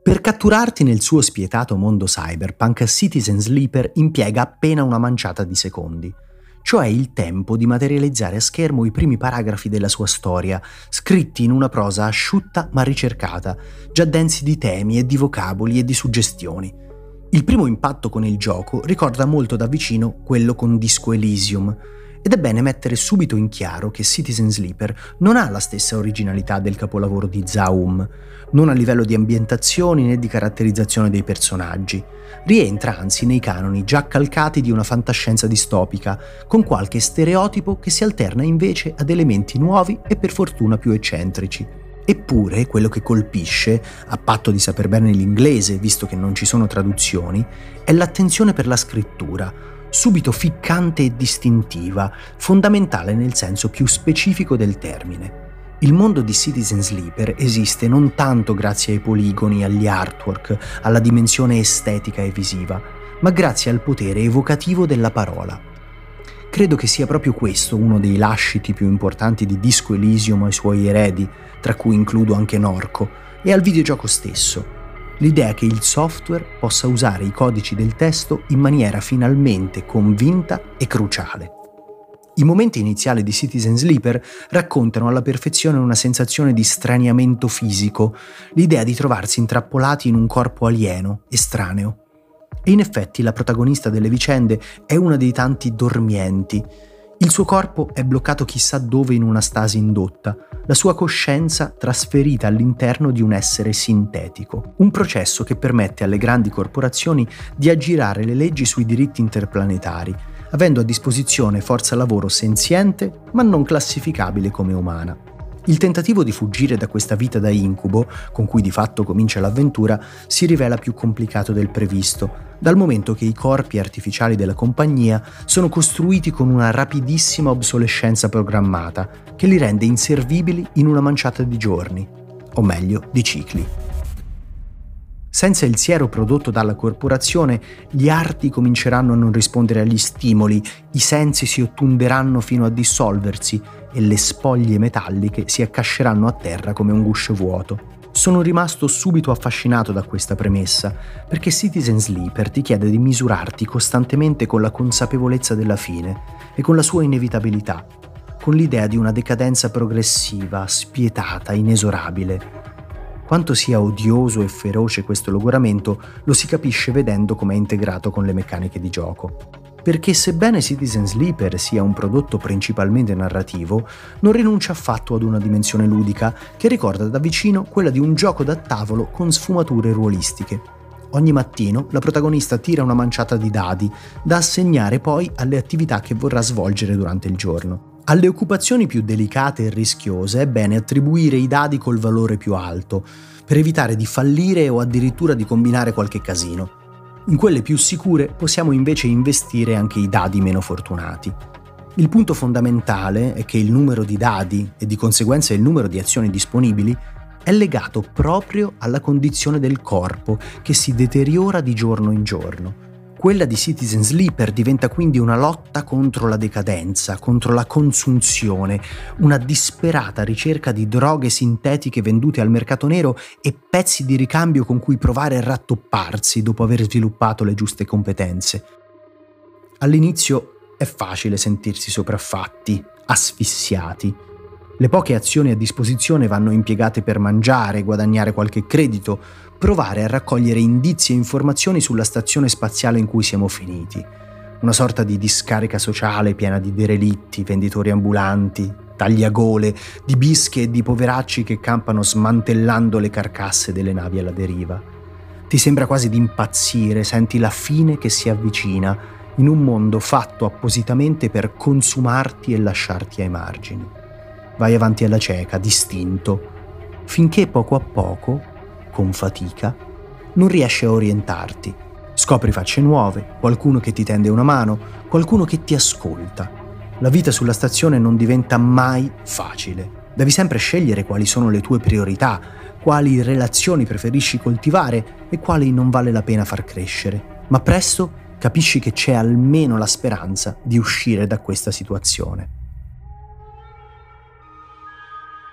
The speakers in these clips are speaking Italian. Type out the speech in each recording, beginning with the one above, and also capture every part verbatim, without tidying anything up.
Per catturarti nel suo spietato mondo cyberpunk, Citizen Sleeper impiega appena una manciata di secondi, cioè il tempo di materializzare a schermo i primi paragrafi della sua storia, scritti in una prosa asciutta ma ricercata, già densi di temi e di vocaboli e di suggestioni. Il primo impatto con il gioco ricorda molto da vicino quello con Disco Elysium, ed è bene mettere subito in chiaro che Citizen Sleeper non ha la stessa originalità del capolavoro di Zaum, non a livello di ambientazioni né di caratterizzazione dei personaggi. Rientra anzi nei canoni già calcati di una fantascienza distopica, con qualche stereotipo che si alterna invece ad elementi nuovi e per fortuna più eccentrici. Eppure quello che colpisce, a patto di saper bene l'inglese, visto che non ci sono traduzioni, è l'attenzione per la scrittura, subito ficcante e distintiva, fondamentale nel senso più specifico del termine. Il mondo di Citizen Sleeper esiste non tanto grazie ai poligoni, agli artwork, alla dimensione estetica e visiva, ma grazie al potere evocativo della parola. Credo che sia proprio questo uno dei lasciti più importanti di Disco Elysium ai suoi eredi, tra cui includo anche Norco, e al videogioco stesso. L'idea che il software possa usare i codici del testo in maniera finalmente convinta e cruciale. I momenti iniziali di Citizen Sleeper raccontano alla perfezione una sensazione di straniamento fisico, l'idea di trovarsi intrappolati in un corpo alieno, estraneo. E in effetti la protagonista delle vicende è una dei tanti dormienti. Il suo corpo è bloccato chissà dove in una stasi indotta, la sua coscienza trasferita all'interno di un essere sintetico, un processo che permette alle grandi corporazioni di aggirare le leggi sui diritti interplanetari, avendo a disposizione forza lavoro senziente ma non classificabile come umana. Il tentativo di fuggire da questa vita da incubo, con cui di fatto comincia l'avventura, si rivela più complicato del previsto, dal momento che i corpi artificiali della compagnia sono costruiti con una rapidissima obsolescenza programmata, che li rende inservibili in una manciata di giorni, o meglio, di cicli. Senza il siero prodotto dalla corporazione, gli arti cominceranno a non rispondere agli stimoli, i sensi si ottunderanno fino a dissolversi e le spoglie metalliche si accasceranno a terra come un guscio vuoto. Sono rimasto subito affascinato da questa premessa, perché Citizen Sleeper ti chiede di misurarti costantemente con la consapevolezza della fine e con la sua inevitabilità, con l'idea di una decadenza progressiva, spietata, inesorabile. Quanto sia odioso e feroce questo logoramento lo si capisce vedendo come è integrato con le meccaniche di gioco. Perché sebbene Citizen Sleeper sia un prodotto principalmente narrativo, non rinuncia affatto ad una dimensione ludica che ricorda da vicino quella di un gioco da tavolo con sfumature ruolistiche. Ogni mattino la protagonista tira una manciata di dadi, da assegnare poi alle attività che vorrà svolgere durante il giorno. Alle occupazioni più delicate e rischiose è bene attribuire i dadi col valore più alto, per evitare di fallire o addirittura di combinare qualche casino. In quelle più sicure possiamo invece investire anche i dadi meno fortunati. Il punto fondamentale è che il numero di dadi, e di conseguenza il numero di azioni disponibili, è legato proprio alla condizione del corpo, che si deteriora di giorno in giorno. Quella di Citizen Sleeper diventa quindi una lotta contro la decadenza, contro la consunzione, una disperata ricerca di droghe sintetiche vendute al mercato nero e pezzi di ricambio con cui provare a rattopparsi dopo aver sviluppato le giuste competenze. All'inizio è facile sentirsi sopraffatti, asfissiati. Le poche azioni a disposizione vanno impiegate per mangiare, guadagnare qualche credito, provare a raccogliere indizi e informazioni sulla stazione spaziale in cui siamo finiti. Una sorta di discarica sociale piena di derelitti, venditori ambulanti, tagliagole, di bische e di poveracci che campano smantellando le carcasse delle navi alla deriva. Ti sembra quasi di impazzire, senti la fine che si avvicina in un mondo fatto appositamente per consumarti e lasciarti ai margini. Vai avanti alla cieca, distinto, finché poco a poco, con fatica, non riesci a orientarti. Scopri facce nuove, qualcuno che ti tende una mano, qualcuno che ti ascolta. La vita sulla stazione non diventa mai facile. Devi sempre scegliere quali sono le tue priorità, quali relazioni preferisci coltivare e quali non vale la pena far crescere. Ma presto capisci che c'è almeno la speranza di uscire da questa situazione.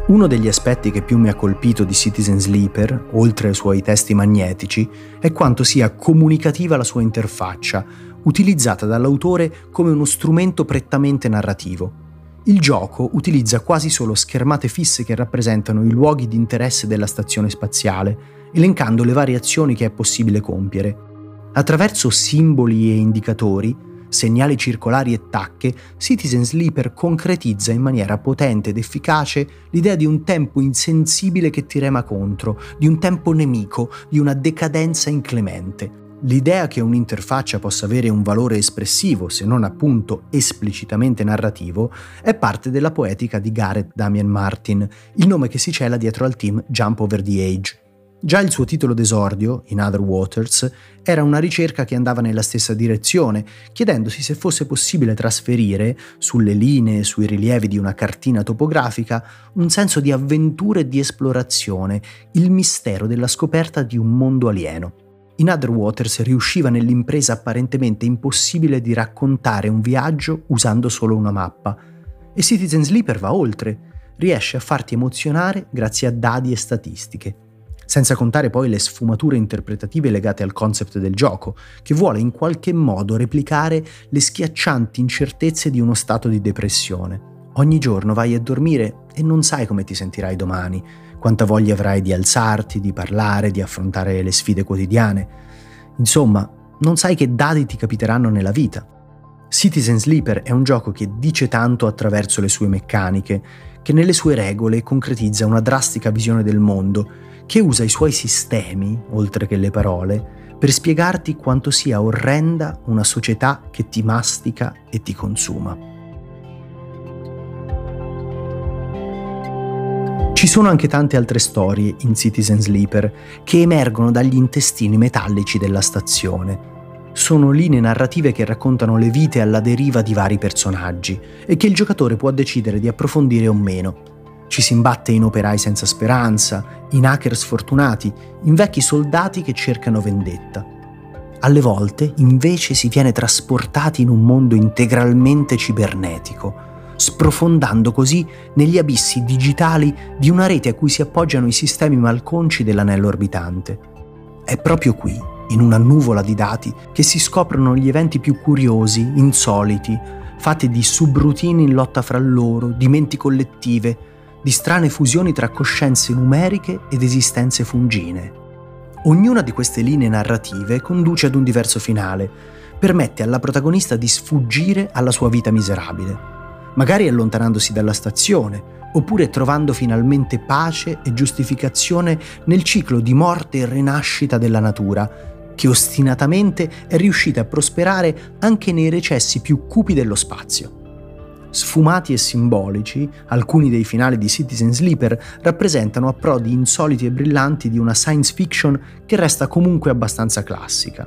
Uno degli aspetti che più mi ha colpito di Citizen Sleeper, oltre ai suoi testi magnetici, è quanto sia comunicativa la sua interfaccia, utilizzata dall'autore come uno strumento prettamente narrativo. Il gioco utilizza quasi solo schermate fisse che rappresentano i luoghi di interesse della stazione spaziale, elencando le varie azioni che è possibile compiere. Attraverso simboli e indicatori, segnali circolari e tacche, Citizen Sleeper concretizza in maniera potente ed efficace l'idea di un tempo insensibile che ti rema contro, di un tempo nemico, di una decadenza inclemente. L'idea che un'interfaccia possa avere un valore espressivo, se non appunto esplicitamente narrativo, è parte della poetica di Gareth Damian Martin, il nome che si cela dietro al team Jump Over the Age. Già il suo titolo d'esordio, In Other Waters, era una ricerca che andava nella stessa direzione, chiedendosi se fosse possibile trasferire, sulle linee e sui rilievi di una cartina topografica, un senso di avventura e di esplorazione, il mistero della scoperta di un mondo alieno. In Other Waters riusciva nell'impresa apparentemente impossibile di raccontare un viaggio usando solo una mappa. E Citizen Sleeper va oltre, riesce a farti emozionare grazie a dadi e statistiche. Senza contare poi le sfumature interpretative legate al concept del gioco, che vuole in qualche modo replicare le schiaccianti incertezze di uno stato di depressione. Ogni giorno vai a dormire e non sai come ti sentirai domani, quanta voglia avrai di alzarti, di parlare, di affrontare le sfide quotidiane. Insomma, non sai che dadi ti capiteranno nella vita. Citizen Sleeper è un gioco che dice tanto attraverso le sue meccaniche, che nelle sue regole concretizza una drastica visione del mondo, che usa i suoi sistemi, oltre che le parole, per spiegarti quanto sia orrenda una società che ti mastica e ti consuma. Ci sono anche tante altre storie in Citizen Sleeper che emergono dagli intestini metallici della stazione. Sono linee narrative che raccontano le vite alla deriva di vari personaggi e che il giocatore può decidere di approfondire o meno. Ci si imbatte in operai senza speranza, in hacker sfortunati, in vecchi soldati che cercano vendetta. Alle volte, invece, si viene trasportati in un mondo integralmente cibernetico, sprofondando così negli abissi digitali di una rete a cui si appoggiano i sistemi malconci dell'anello orbitante. È proprio qui, in una nuvola di dati, che si scoprono gli eventi più curiosi, insoliti, fatti di subroutine in lotta fra loro, di menti collettive, di strane fusioni tra coscienze numeriche ed esistenze fungine. Ognuna di queste linee narrative conduce ad un diverso finale, permette alla protagonista di sfuggire alla sua vita miserabile, magari allontanandosi dalla stazione, oppure trovando finalmente pace e giustificazione nel ciclo di morte e rinascita della natura, che ostinatamente è riuscita a prosperare anche nei recessi più cupi dello spazio. Sfumati e simbolici, alcuni dei finali di Citizen Sleeper rappresentano approdi insoliti e brillanti di una science fiction che resta comunque abbastanza classica.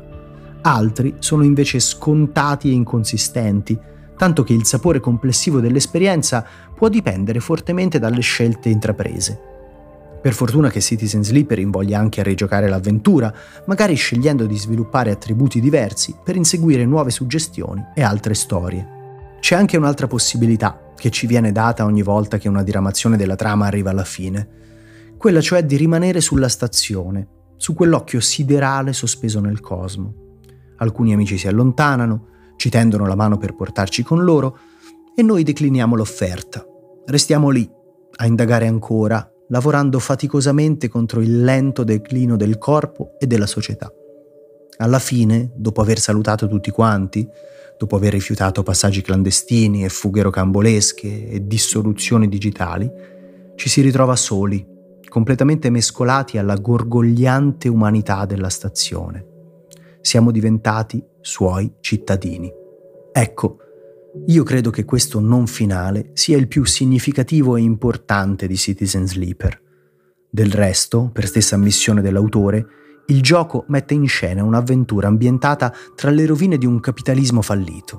Altri sono invece scontati e inconsistenti, tanto che il sapore complessivo dell'esperienza può dipendere fortemente dalle scelte intraprese. Per fortuna che Citizen Sleeper invoglia anche a rigiocare l'avventura, magari scegliendo di sviluppare attributi diversi per inseguire nuove suggestioni e altre storie. C'è anche un'altra possibilità che ci viene data ogni volta che una diramazione della trama arriva alla fine, quella cioè di rimanere sulla stazione, su quell'occhio siderale sospeso nel cosmo. Alcuni amici si allontanano, ci tendono la mano per portarci con loro e noi decliniamo l'offerta. Restiamo lì, a indagare ancora, lavorando faticosamente contro il lento declino del corpo e della società. Alla fine, dopo aver salutato tutti quanti, dopo aver rifiutato passaggi clandestini e fughe rocambolesche e dissoluzioni digitali, ci si ritrova soli, completamente mescolati alla gorgogliante umanità della stazione. Siamo diventati suoi cittadini. Ecco, io credo che questo non finale sia il più significativo e importante di Citizen Sleeper. Del resto, per stessa ammissione dell'autore, il gioco mette in scena un'avventura ambientata tra le rovine di un capitalismo fallito.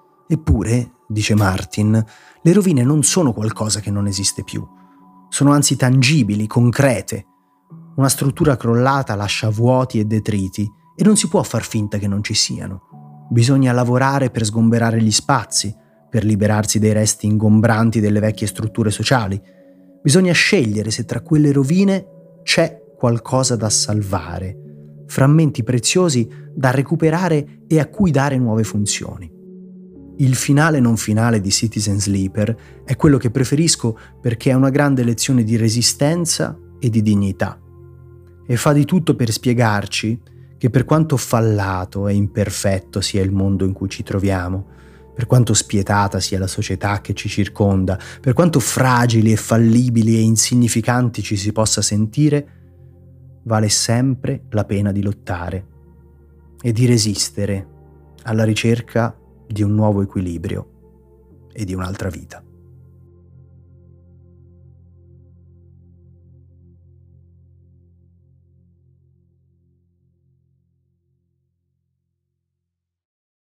Eppure, dice Martin, le rovine non sono qualcosa che non esiste più. Sono anzi tangibili, concrete. Una struttura crollata lascia vuoti e detriti e non si può far finta che non ci siano. Bisogna lavorare per sgomberare gli spazi, per liberarsi dei resti ingombranti delle vecchie strutture sociali. Bisogna scegliere se tra quelle rovine c'è qualcosa da salvare, frammenti preziosi da recuperare e a cui dare nuove funzioni. Il finale non finale di Citizen Sleeper è quello che preferisco perché è una grande lezione di resistenza e di dignità e fa di tutto per spiegarci che per quanto fallato e imperfetto sia il mondo in cui ci troviamo, per quanto spietata sia la società che ci circonda, per quanto fragili e fallibili e insignificanti ci si possa sentire, vale sempre la pena di lottare e di resistere alla ricerca di un nuovo equilibrio e di un'altra vita.